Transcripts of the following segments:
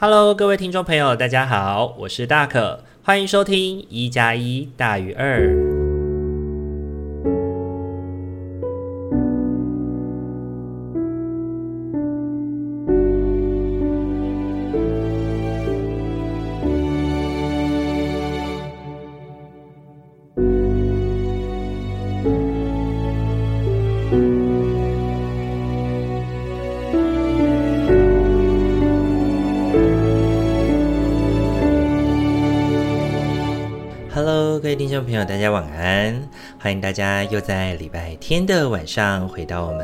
Hello，各位听众朋友，大家好，我是大可，欢迎收听1+1大于2。Hello， 各位听众朋友，大家晚安！欢迎大家又在礼拜天的晚上回到我们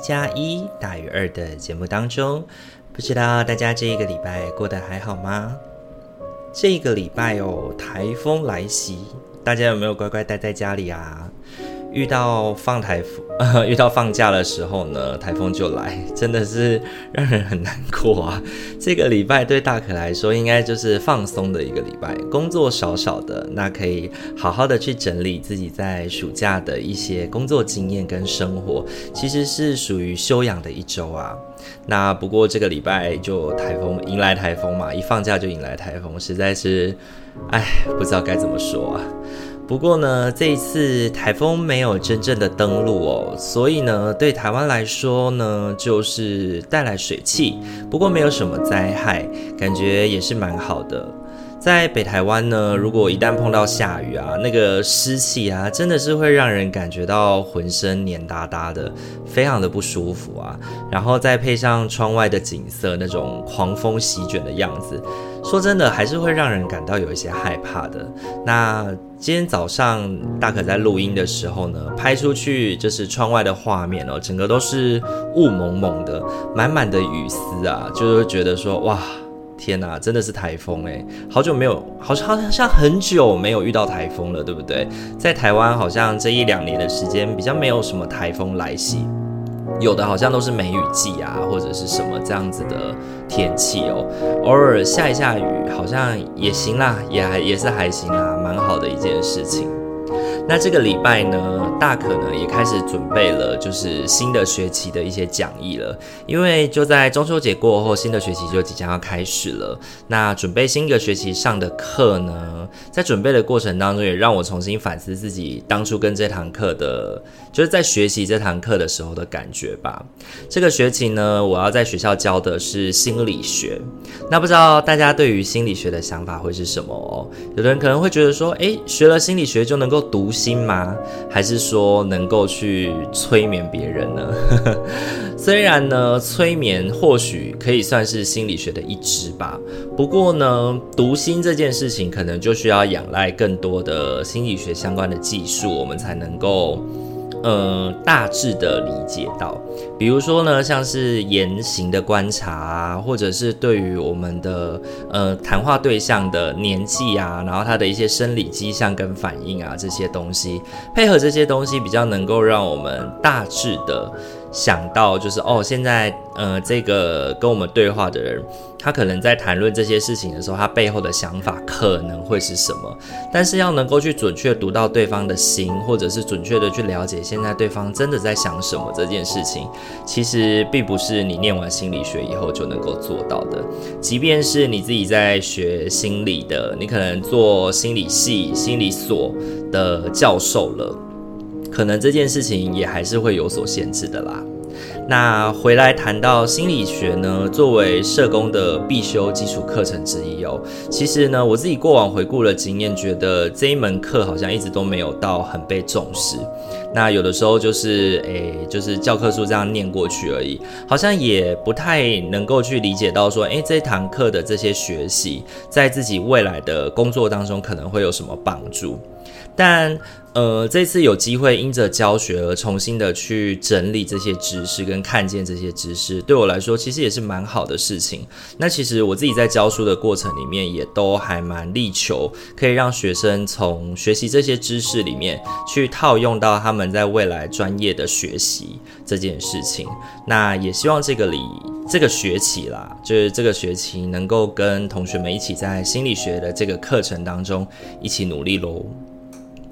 1+1大于2的节目当中。不知道大家这一个礼拜过得还好吗？这一个礼拜台风来袭，大家有没有乖乖待在家里啊？遇到放假的时候呢，台风就来，真的是让人很难过啊。这个礼拜对大可来说应该就是放松的一个礼拜，工作少少的，那可以好好的去整理自己在暑假的一些工作经验跟生活，其实是属于休养的一周啊。那不过这个礼拜就迎来台风嘛，一放假就迎来台风，实在是不知道该怎么说啊。不过呢，这一次台风没有真正的登陆所以呢，对台湾来说呢，就是带来水汽，不过没有什么灾害，感觉也是蛮好的。在北台湾呢，如果一旦碰到下雨啊，那个湿气啊，真的是会让人感觉到浑身黏哒哒的，非常的不舒服啊。然后再配上窗外的景色，那种狂风席卷的样子，说真的，还是会让人感到有一些害怕的。那今天早上大可在录音的时候呢，拍出去就是窗外的画面整个都是雾蒙蒙的，满满的雨丝啊，就是觉得说哇。天哪，真的是台风好像很久没有遇到台风了，对不对？在台湾好像这1-2年的时间比较没有什么台风来袭，有的好像都是梅雨季啊，或者是什么这样子的天气偶尔下一下雨好像也行啦，也是还行啦，蛮好的一件事情。那这个礼拜呢，大可呢也开始准备了，就是新的学期的一些讲义了。因为就在中秋节过后，新的学期就即将要开始了。那准备新的学期上的课呢，在准备的过程当中，也让我重新反思自己当初跟这堂课的，就是在学习这堂课的时候的感觉吧。这个学期呢，我要在学校教的是心理学。那不知道大家对于心理学的想法会是什么有的人可能会觉得说，学了心理学就能够读心吗？还是说能够去催眠别人呢？虽然呢，催眠或许可以算是心理学的一支吧，不过呢，读心这件事情可能就需要仰赖更多的心理学相关的技术，我们才能够大致的理解到。比如说呢，像是言行的观察啊，或者是对于我们的谈话对象的年纪啊，然后他的一些生理迹象跟反应啊，这些东西配合这些东西，比较能够让我们大致的想到，就是现在这个跟我们对话的人，他可能在谈论这些事情的时候，他背后的想法可能会是什么。但是要能够去准确读到对方的心，或者是准确的去了解现在对方真的在想什么，这件事情其实并不是你念完心理学以后就能够做到的。即便是你自己在学心理的，你可能做心理系、心理所的教授了，可能这件事情也还是会有所限制的啦。那回来谈到心理学呢，作为社工的必修基础课程之一其实呢，我自己过往回顾了经验，觉得这一门课好像一直都没有到很被重视。那有的时候就是教科书这样念过去而已，好像也不太能够去理解到说，这堂课的这些学习，在自己未来的工作当中可能会有什么帮助。但这次有机会因着教学而重新的去整理这些知识跟看见这些知识，对我来说其实也是蛮好的事情。那其实我自己在教书的过程里面也都还蛮力求可以让学生从学习这些知识里面去套用到他们在未来专业的学习这件事情。那也希望这个学期啦，就是这个学期能够跟同学们一起在心理学的这个课程当中一起努力咯。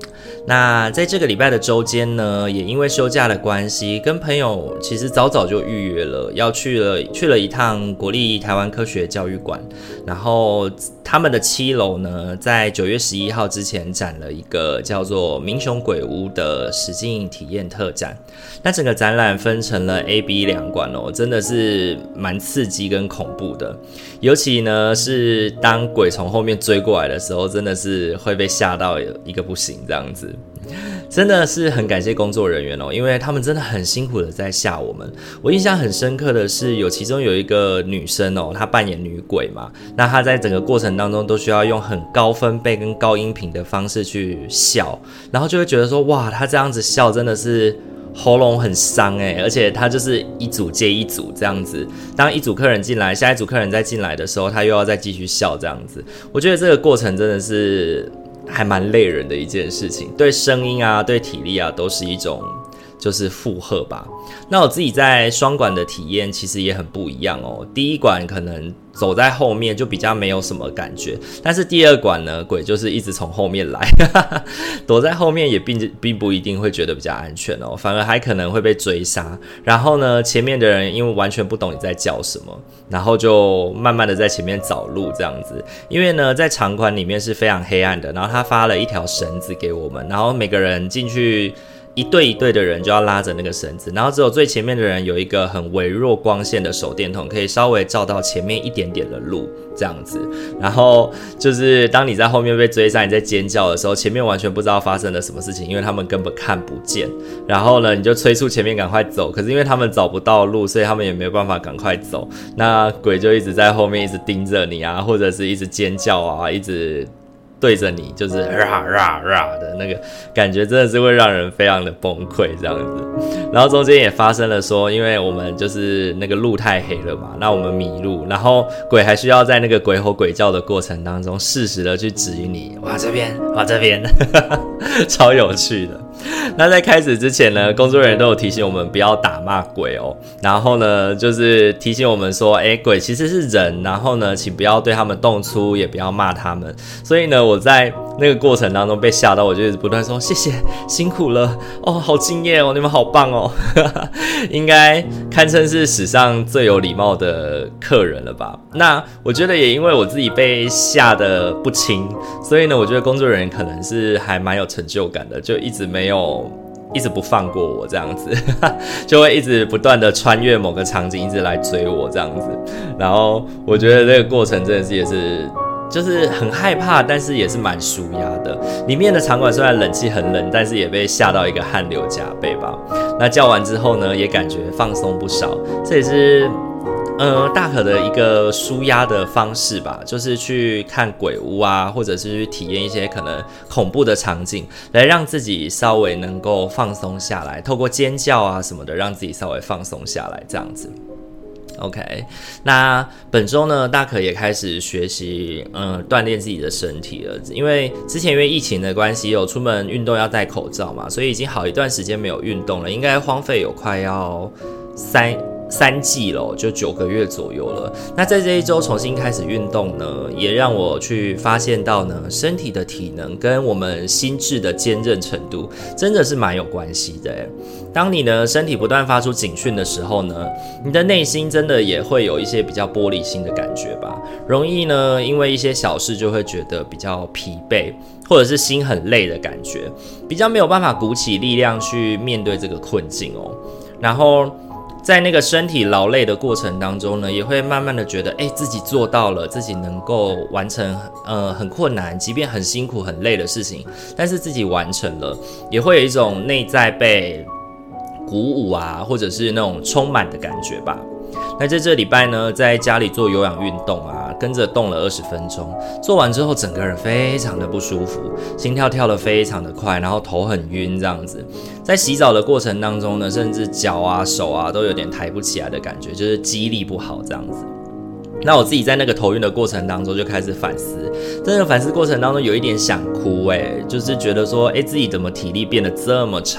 那在这个礼拜的周间呢，也因为休假的关系，跟朋友其实早早就预约了，要去了一趟国立台湾科学教育馆，然后他们的7楼呢，在9月11号之前展了一个叫做民雄鬼屋的实境体验特展。那整个展览分成了 A、B 两馆哦，真的是蛮刺激跟恐怖的。尤其呢是当鬼从后面追过来的时候，真的是会被吓到一个不行这样子。真的是很感谢工作人员哦，因为他们真的很辛苦的在吓我们。我印象很深刻的是，其中有一个女生哦，她扮演女鬼嘛，那她在整个过程当中都需要用很高分贝跟高音频的方式去笑，然后就会觉得说，哇，她这样子笑真的是喉咙很伤而且他就是一组接一组这样子，当一组客人进来，下一组客人再进来的时候，他又要再继续笑这样子。我觉得这个过程真的是还蛮累人的一件事情，对声音啊，对体力啊，都是一种就是负荷吧。那我自己在双馆的体验其实也很不一样哦。第一馆可能走在后面就比较没有什么感觉，但是第二馆呢，鬼就是一直从后面来，躲在后面也并不一定会觉得比较安全哦，反而还可能会被追杀。然后呢，前面的人因为完全不懂你在叫什么，然后就慢慢的在前面找路这样子。因为呢，在场馆里面是非常黑暗的，然后他发了一条绳子给我们，然后每个人进去一对一对的人就要拉着那个绳子，然后只有最前面的人有一个很微弱光线的手电筒，可以稍微照到前面一点点的路这样子。然后就是当你在后面被追杀，你在尖叫的时候，前面完全不知道发生了什么事情，因为他们根本看不见。然后呢，你就催促前面赶快走，可是因为他们找不到路，所以他们也没有办法赶快走。那鬼就一直在后面一直盯着你啊，或者是一直尖叫啊，一直对着你就是啦啦啦的那个感觉，真的是会让人非常的崩溃这样子。然后中间也发生了说，因为我们就是那个路太黑了嘛，那我们迷路，然后鬼还需要在那个鬼吼鬼叫的过程当中适时的去指引你往这边往这边超有趣的。那在开始之前呢，工作人员都有提醒我们不要打骂鬼哦，然后呢就是提醒我们说，鬼其实是人，然后呢请不要对他们动粗，也不要骂他们。所以呢，我在那个过程当中被吓到，我就一直不断说谢谢，辛苦了哦，好敬业哦，你们好棒哦应该堪称是史上最有礼貌的客人了吧。那我觉得也因为我自己被吓得不轻，所以呢我觉得工作人员可能是还蛮有成就感的，就一直不放过我这样子就会一直不断的穿越某个场景，一直来追我这样子。然后我觉得这个过程真的是也是就是很害怕，但是也是蛮舒压的。里面的场馆虽然冷气很冷，但是也被吓到一个汗流浃背吧。那叫完之后呢，也感觉放松不少，这也是大可的一个舒压的方式吧，就是去看鬼屋啊，或者是去体验一些可能恐怖的场景，来让自己稍微能够放松下来，透过尖叫啊什么的，让自己稍微放松下来这样子。OK， 那本周呢，大可也开始学习锻炼自己的身体了。因为之前因为疫情的关系，有出门运动要戴口罩嘛，所以已经好一段时间没有运动了，应该荒废有快要三季了，就9个月左右了。那在这一周重新开始运动呢，也让我去发现到呢，身体的体能跟我们心智的坚韧程度真的是蛮有关系的。当你呢身体不断发出警讯的时候呢，你的内心真的也会有一些比较玻璃心的感觉吧，容易呢因为一些小事就会觉得比较疲惫，或者是心很累的感觉，比较没有办法鼓起力量去面对这个困境哦。然后在那个身体劳累的过程当中呢，也会慢慢的觉得自己做到了，自己能够完成很困难，即便很辛苦很累的事情，但是自己完成了，也会有一种内在被鼓舞啊，或者是那种充满的感觉吧。那在这礼拜呢，在家里做有氧运动啊，跟着动了20分钟，做完之后整个人非常的不舒服，心跳跳得非常的快，然后头很晕这样子。在洗澡的过程当中呢，甚至脚啊手啊都有点抬不起来的感觉，就是肌力不好这样子。那我自己在那个头晕的过程当中就开始反思，在那个反思过程当中有一点想哭就是觉得说自己怎么体力变得这么差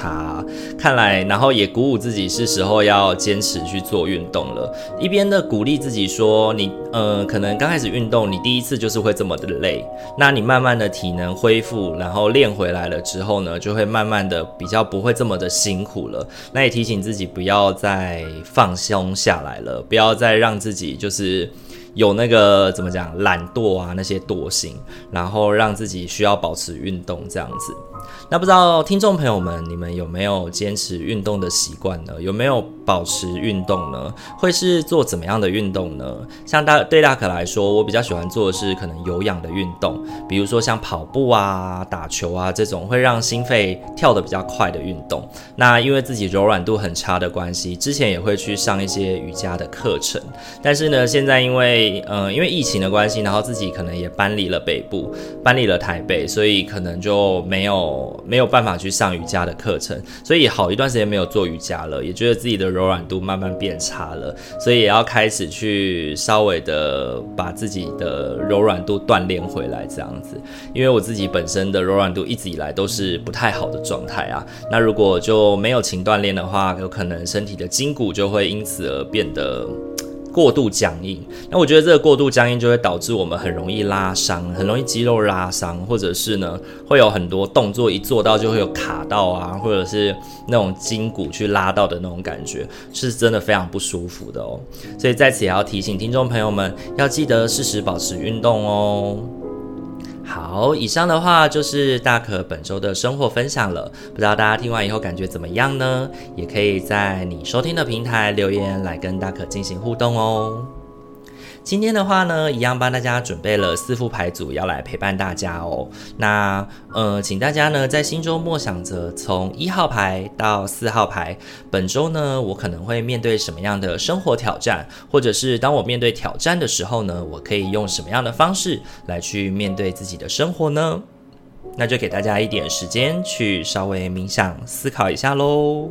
看来，然后也鼓舞自己是时候要坚持去做运动了。一边的鼓励自己说，你可能刚开始运动，你第一次就是会这么的累，那你慢慢的体能恢复，然后练回来了之后呢，就会慢慢的比较不会这么的辛苦了。那也提醒自己不要再放松下来了，不要再让自己就是有那个怎么讲懒惰啊那些惰性，然后让自己需要保持运动这样子。那不知道听众朋友们，你们有没有坚持运动的习惯呢？有没有保持运动呢？会是做怎么样的运动呢？像对大可来说，我比较喜欢做的是可能有氧的运动，比如说像跑步啊、打球啊这种会让心肺跳得比较快的运动。那因为自己柔软度很差的关系，之前也会去上一些瑜伽的课程，但是呢，现在因为疫情的关系，然后自己可能也搬离了北部，搬离了台北，所以可能就没有办法去上瑜伽的课程，所以好一段时间没有做瑜伽了，也觉得自己的柔软度慢慢变差了，所以也要开始去稍微的把自己的柔软度锻炼回来这样子。因为我自己本身的柔软度一直以来都是不太好的状态啊，那如果就没有勤锻炼的话，有可能身体的筋骨就会因此而变得过度僵硬。那我觉得这个过度僵硬就会导致我们很容易拉伤，很容易肌肉拉伤，或者是呢会有很多动作一做到就会有卡到啊，或者是那种筋骨去拉到的那种感觉，是真的非常不舒服的哦。所以在此也要提醒听众朋友们，要记得适时保持运动哦。好，以上的话就是大可本周的生活分享了，不知道大家听完以后感觉怎么样呢？也可以在你收听的平台留言来跟大可进行互动哦。今天的话呢，一样帮大家准备了4副牌组要来陪伴大家哦。那请大家呢在心中默想着从1号牌到4号牌，本周呢我可能会面对什么样的生活挑战，或者是当我面对挑战的时候呢，我可以用什么样的方式来去面对自己的生活呢？那就给大家一点时间去稍微冥想思考一下咯。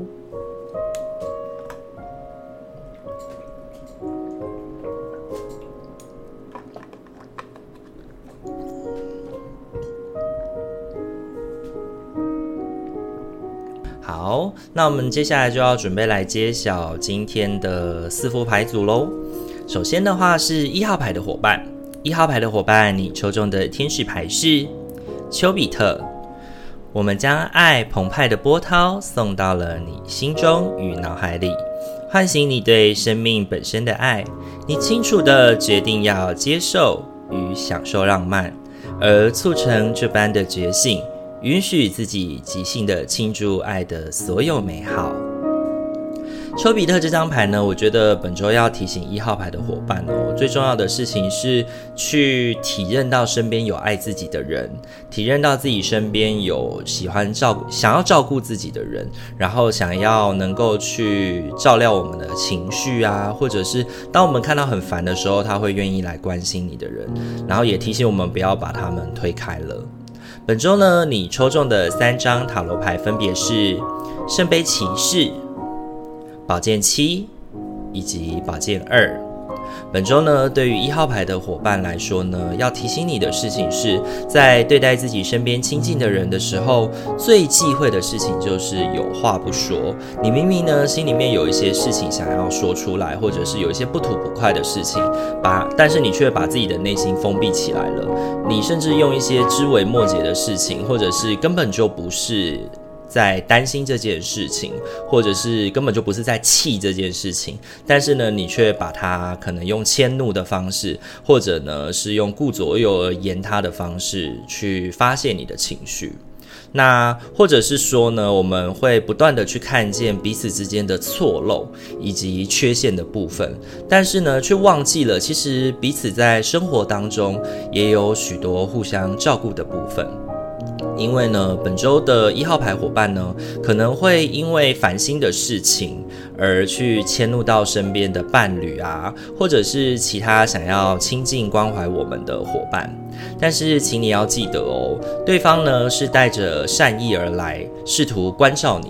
好，那我们接下来就要准备来揭晓今天的4副牌组咯。首先的话是1号牌的伙伴，1号牌的伙伴，你抽中的天使牌是丘比特。我们将爱澎湃的波涛送到了你心中与脑海里，唤醒你对生命本身的爱。你清楚地决定要接受与享受浪漫，而促成这般的觉醒，允许自己即兴的庆祝爱的所有美好。丘比特这张牌呢，我觉得本周要提醒1号牌的伙伴哦，最重要的事情是去体认到身边有爱自己的人，体认到自己身边有想要照顾自己的人，然后想要能够去照料我们的情绪啊，或者是当我们看到很烦的时候，他会愿意来关心你的人，然后也提醒我们不要把他们推开了。本周呢，你抽中的3张塔罗牌分别是圣杯骑士、宝剑7以及宝剑2。本周呢，对于1号牌的伙伴来说呢，要提醒你的事情是，在对待自己身边亲近的人的时候，最忌讳的事情就是有话不说。你明明呢心里面有一些事情想要说出来，或者是有一些不吐不快的事情，但是你却把自己的内心封闭起来了。你甚至用一些枝微末节的事情，或者是根本就不是在担心这件事情，或者是根本就不是在气这件事情，但是呢，你却把它可能用迁怒的方式，或者呢是用顾左右而言他的方式去发泄你的情绪。那或者是说呢，我们会不断的去看见彼此之间的错漏以及缺陷的部分，但是呢，却忘记了其实彼此在生活当中也有许多互相照顾的部分。因为呢，本周的1号牌伙伴呢，可能会因为烦心的事情而去迁怒到身边的伴侣啊，或者是其他想要亲近关怀我们的伙伴。但是请你要记得哦，对方呢是带着善意而来，试图关照你的。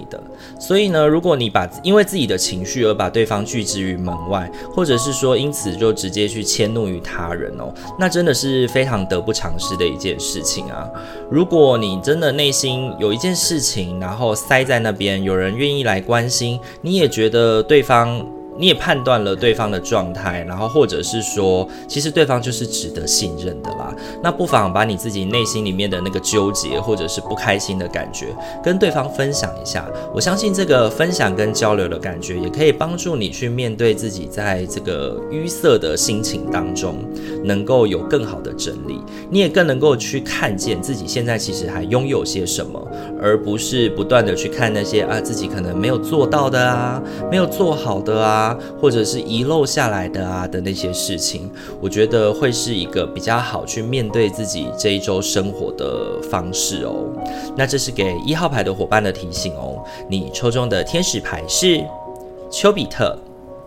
所以呢，如果你因为自己的情绪而把对方拒之于门外，或者是说因此就直接去迁怒于他人哦，那真的是非常得不偿失的一件事情啊。如果你真的内心有一件事情，然后塞在那边，有人愿意来关心，你也觉得你也判断了对方的状态，然后或者是说其实对方就是值得信任的啦，那不妨把你自己内心里面的那个纠结或者是不开心的感觉跟对方分享一下，我相信这个分享跟交流的感觉也可以帮助你去面对自己在这个淤塞的心情当中能够有更好的整理，你也更能够去看见自己现在其实还拥有些什么，而不是不断的去看那些自己可能没有做到的啊，没有做好的啊，或者是遗漏下来的的那些事情，我觉得会是一个比较好去面对自己这一周生活的方式哦。那这是给1号牌的伙伴的提醒哦。你抽中的天使牌是丘比特。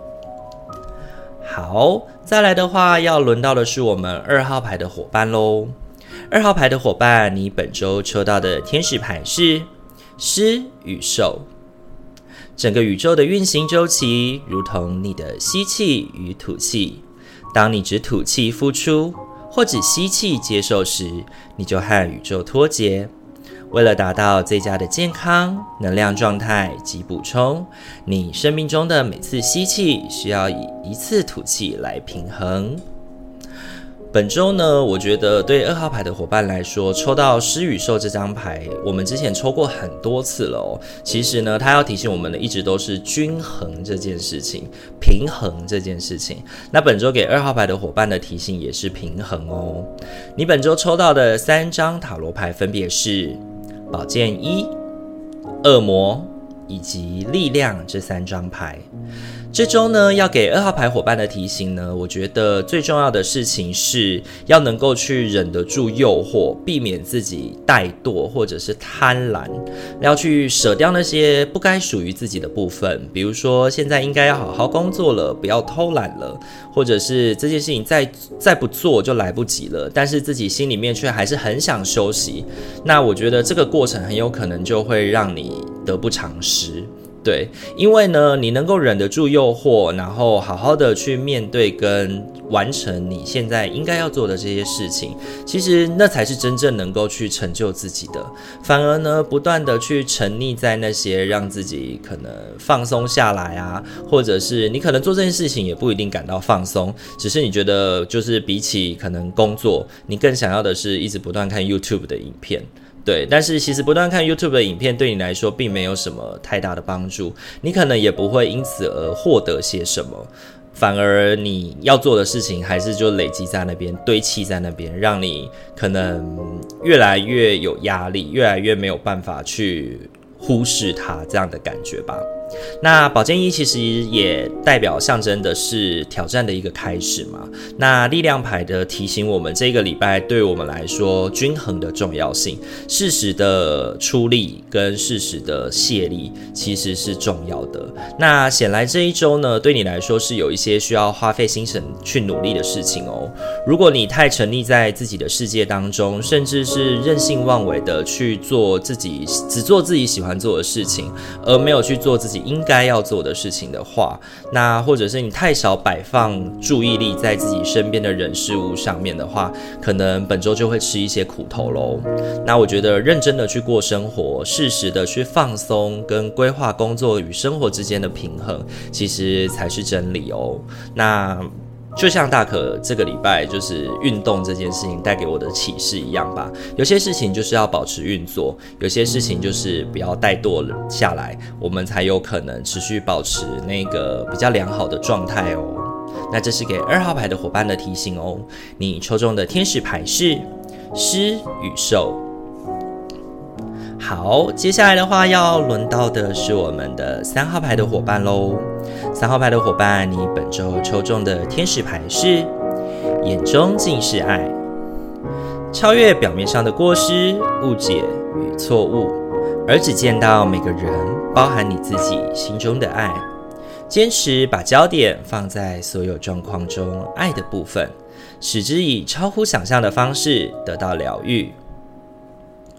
好，再来的话要轮到的是我们2号牌的伙伴咯。2号牌的伙伴，你本周抽到的天使牌是狮与兽。整个宇宙的运行周期如同你的吸气与吐气，当你只吐气付出，或只吸气接受时，你就和宇宙脱节。为了达到最佳的健康、能量状态及补充，你生命中的每次吸气需要以一次吐气来平衡。本周呢，我觉得对2号牌的伙伴来说，抽到狮与兽这张牌，我们之前抽过很多次了哦。其实呢，它要提醒我们的一直都是均衡这件事情，平衡这件事情。那本周给2号牌的伙伴的提醒也是平衡哦。你本周抽到的3张塔罗牌分别是宝剑1、恶魔以及力量这3张牌。这周呢，要给2号牌伙伴的提醒呢，我觉得最重要的事情是要能够去忍得住诱惑，避免自己怠惰或者是贪婪，要去舍掉那些不该属于自己的部分，比如说现在应该要好好工作了，不要偷懒了，或者是这件事情再不做就来不及了，但是自己心里面却还是很想休息，那我觉得这个过程很有可能就会让你得不偿失。对，因为呢，你能够忍得住诱惑，然后好好的去面对跟完成你现在应该要做的这些事情，其实那才是真正能够去成就自己的。反而呢，不断的去沉溺在那些让自己可能放松下来啊，或者是你可能做这件事情也不一定感到放松，只是你觉得就是比起可能工作，你更想要的是一直不断看 YouTube 的影片。对，但是其实不断看 YouTube 的影片对你来说并没有什么太大的帮助，你可能也不会因此而获得些什么，反而你要做的事情还是就累积在那边，堆砌在那边，让你可能越来越有压力，越来越没有办法去忽视它这样的感觉吧。那宝剑1其实也代表象征的是挑战的一个开始嘛。那力量牌的提醒我们，这个礼拜对我们来说均衡的重要性，适时的出力跟适时的卸力其实是重要的。那显然这一周呢，对你来说是有一些需要花费心神去努力的事情哦。如果你太沉溺在自己的世界当中，甚至是任性妄为的去做只做自己喜欢做的事情，而没有去做自己应该要做的事情的话，那或者是你太少摆放注意力在自己身边的人事物上面的话，可能本周就会吃一些苦头咯。那我觉得认真的去过生活，适时的去放松跟规划工作与生活之间的平衡，其实才是真理哦。那就像大可这个礼拜就是运动这件事情带给我的启示一样吧，有些事情就是要保持运作，有些事情就是不要怠惰下来，我们才有可能持续保持那个比较良好的状态哦。那这是给2号牌的伙伴的提醒哦。你抽中的天使牌是狮与兽。好，接下来的话要轮到的是我们的3号牌的伙伴咯。3号牌的伙伴，你本周抽中的天使牌是眼中尽是爱。超越表面上的过失、误解与错误，而只见到每个人，包含你自己心中的爱。坚持把焦点放在所有状况中爱的部分，使之以超乎想象的方式得到疗愈。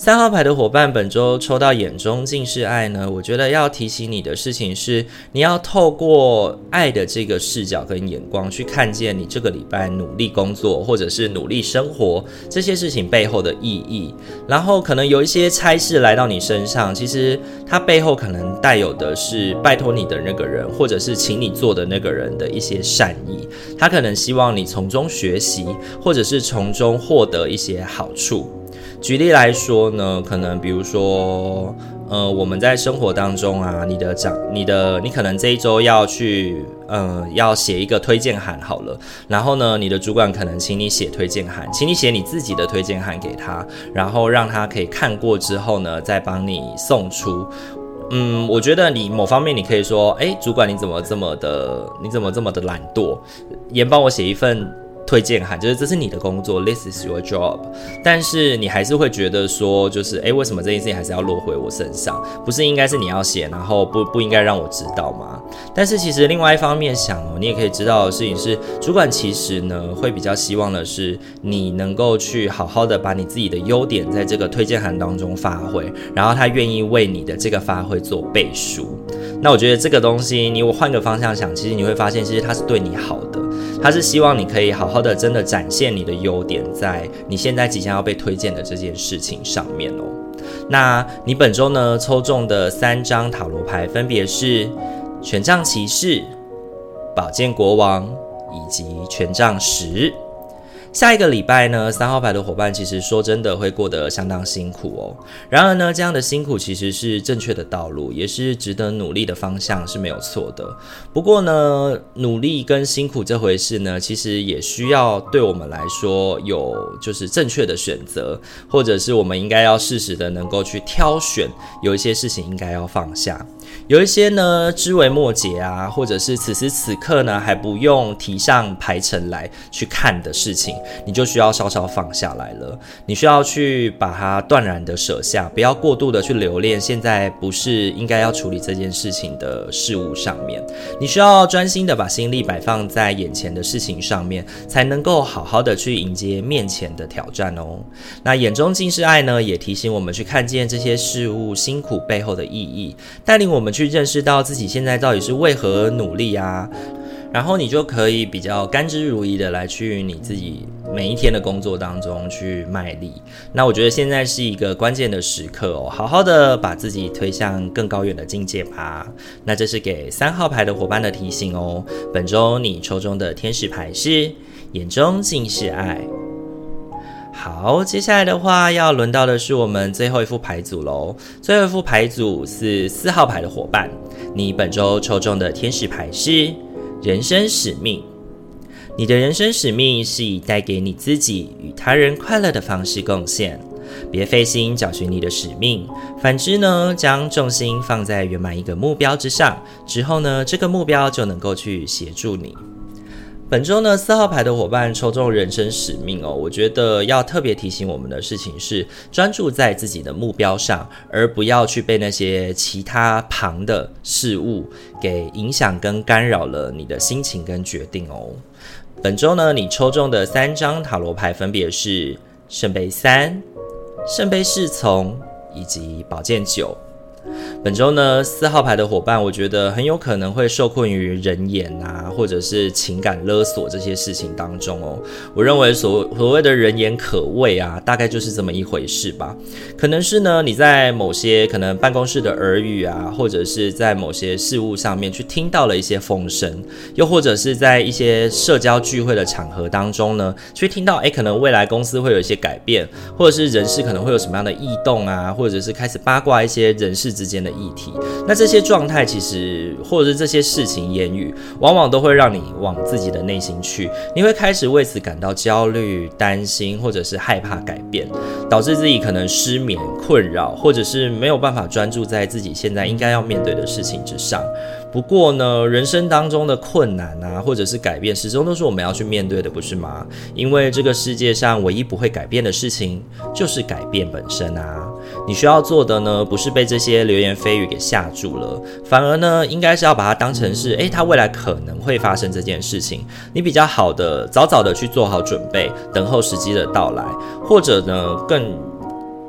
3号牌的伙伴，本周抽到眼中尽是爱呢，我觉得要提醒你的事情是，你要透过爱的这个视角跟眼光去看见你这个礼拜努力工作或者是努力生活这些事情背后的意义，然后可能有一些差事来到你身上，其实它背后可能带有的是拜托你的那个人或者是请你做的那个人的一些善意，他可能希望你从中学习，或者是从中获得一些好处。举例来说呢，可能比如说我们在生活当中啊，你可能这一周要去要写一个推荐函好了，然后呢，你的主管可能请你写推荐函，请你写你自己的推荐函给他，然后让他可以看过之后呢，再帮你送出。我觉得你某方面你可以说，主管你怎么这么的懒惰，也帮我写一份推荐函，就是这是你的工作 ，This is your job。但是你还是会觉得说，就是为什么这件事情还是要落回我身上？不是应该是你要写，然后不应该让我知道吗？但是其实另外一方面想你也可以知道的事情是，主管其实呢会比较希望的是你能够去好好的把你自己的优点在这个推荐函当中发挥，然后他愿意为你的这个发挥做背书。那我觉得这个东西，我换个方向想，其实你会发现，其实他是对你好的。他是希望你可以好好的真的展现你的优点在你现在即将要被推荐的这件事情上面哦。那你本周呢抽中的3张塔罗牌分别是权杖骑士、宝剑国王以及权杖10。下一个礼拜呢，3号牌的伙伴其实说真的会过得相当辛苦哦。然而呢，这样的辛苦其实是正确的道路，也是值得努力的方向，是没有错的。不过呢，努力跟辛苦这回事呢，其实也需要对我们来说有就是正确的选择，或者是我们应该要适时的能够去挑选，有一些事情应该要放下。有一些呢枝微末节啊，或者是此时此刻呢还不用提上排程来去看的事情，你就需要稍稍放下来了。你需要去把它断然的舍下，不要过度的去留恋现在不是应该要处理这件事情的事物上面。你需要专心的把心力摆放在眼前的事情上面，才能够好好的去迎接面前的挑战哦。那眼中尽是爱呢，也提醒我们去看见这些事物辛苦背后的意义，带领我们去认识到自己现在到底是为何而努力啊，然后你就可以比较甘之如饴的来去你自己每一天的工作当中去卖力。那我觉得现在是一个关键的时刻哦，好好的把自己推向更高远的境界吧。那这是给3号牌的伙伴的提醒哦。本周你抽中的天使牌是眼中尽是爱。好，接下来的话要轮到的是我们最后一副牌组咯。最后一副牌组是4号牌的伙伴，你本周抽中的天使牌是人生使命。你的人生使命是以带给你自己与他人快乐的方式贡献，别费心找寻你的使命，反之呢，将重心放在圆满一个目标之上，之后呢，这个目标就能够去协助你。本周呢，4号牌的伙伴抽中人生使命哦，我觉得要特别提醒我们的事情是专注在自己的目标上，而不要去被那些其他旁的事物给影响跟干扰了你的心情跟决定哦。本周呢，你抽中的3张塔罗牌分别是圣杯3、圣杯侍从以及宝剑9。本周呢，4号牌的伙伴，我觉得很有可能会受困于人言啊，或者是情感勒索这些事情当中哦。我认为所谓的人言可畏啊，大概就是这么一回事吧。可能是呢，你在某些可能办公室的耳语啊，或者是在某些事物上面去听到了一些风声，又或者是在一些社交聚会的场合当中呢，去听到可能未来公司会有一些改变，或者是人事可能会有什么样的异动啊，或者是开始八卦一些人事之间的议题。那这些状态其实或者是这些事情言语，往往都会让你往自己的内心去，你会开始为此感到焦虑、担心，或者是害怕改变，导致自己可能失眠、困扰，或者是没有办法专注在自己现在应该要面对的事情之上。不过呢，人生当中的困难啊，或者是改变，始终都是我们要去面对的，不是吗？因为这个世界上唯一不会改变的事情，就是改变本身啊。你需要做的呢，不是被这些流言蜚语给吓住了，反而呢，应该是要把它当成是，它未来可能会发生这件事情，你比较好的早早的去做好准备，等候时机的到来，或者呢，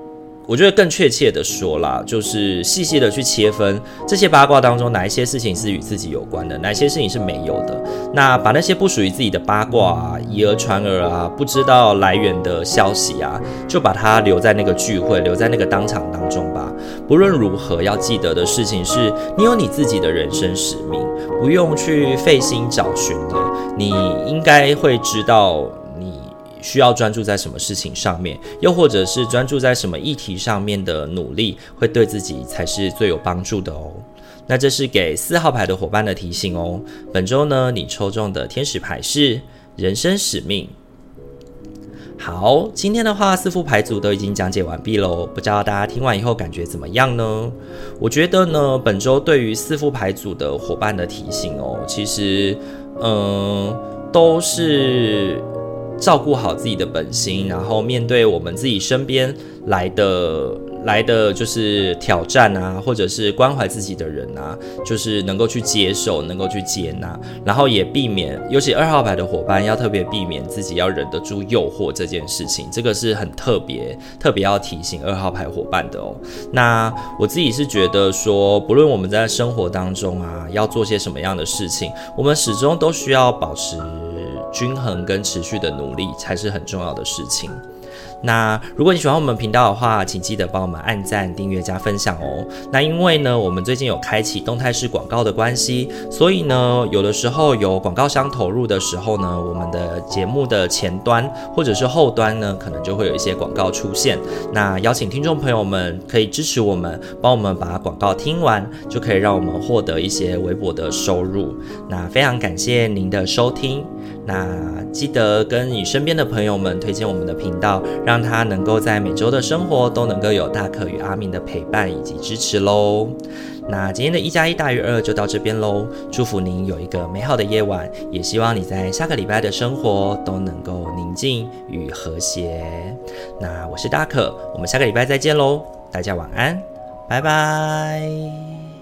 我觉得更确切的说啦，就是细细的去切分这些八卦当中哪一些事情是与自己有关的，哪一些事情是没有的。那把那些不属于自己的八卦啊、以讹传讹啊、不知道来源的消息啊，就把它留在那个聚会、留在那个当场当中吧。不论如何，要记得的事情是，你有你自己的人生使命，不用去费心找寻了。你应该会知道你需要专注在什么事情上面，又或者是专注在什么议题上面的努力，会对自己才是最有帮助的哦。那这是给4号牌的伙伴的提醒哦。本周呢，你抽中的天使牌是人生使命。好，今天的话4副牌组都已经讲解完毕咯，不知道大家听完以后感觉怎么样呢？我觉得呢，本周对于4副牌组的伙伴的提醒哦，其实都是照顾好自己的本心，然后面对我们自己身边来的就是挑战啊，或者是关怀自己的人啊，就是能够去接受，能够去接纳，然后也避免，尤其2号牌的伙伴要特别避免自己要忍得住诱惑这件事情，这个是很特别要提醒2号牌伙伴的哦。那我自己是觉得说，不论我们在生活当中啊，要做些什么样的事情，我们始终都需要保持均衡跟持续的努力，才是很重要的事情。那如果你喜欢我们频道的话，请记得帮我们按赞、订阅加分享哦。那因为呢，我们最近有开启动态式广告的关系，所以呢，有的时候有广告商投入的时候呢，我们的节目的前端或者是后端呢，可能就会有一些广告出现。那邀请听众朋友们可以支持我们，帮我们把广告听完，就可以让我们获得一些微薄的收入。那非常感谢您的收听。那记得跟你身边的朋友们推荐我们的频道，让他能够在每周的生活都能够有大可与阿明的陪伴以及支持咯。那今天的1+1大于2就到这边咯，祝福您有一个美好的夜晚，也希望你在下个礼拜的生活都能够宁静与和谐。那我是大可，我们下个礼拜再见咯，大家晚安，拜拜。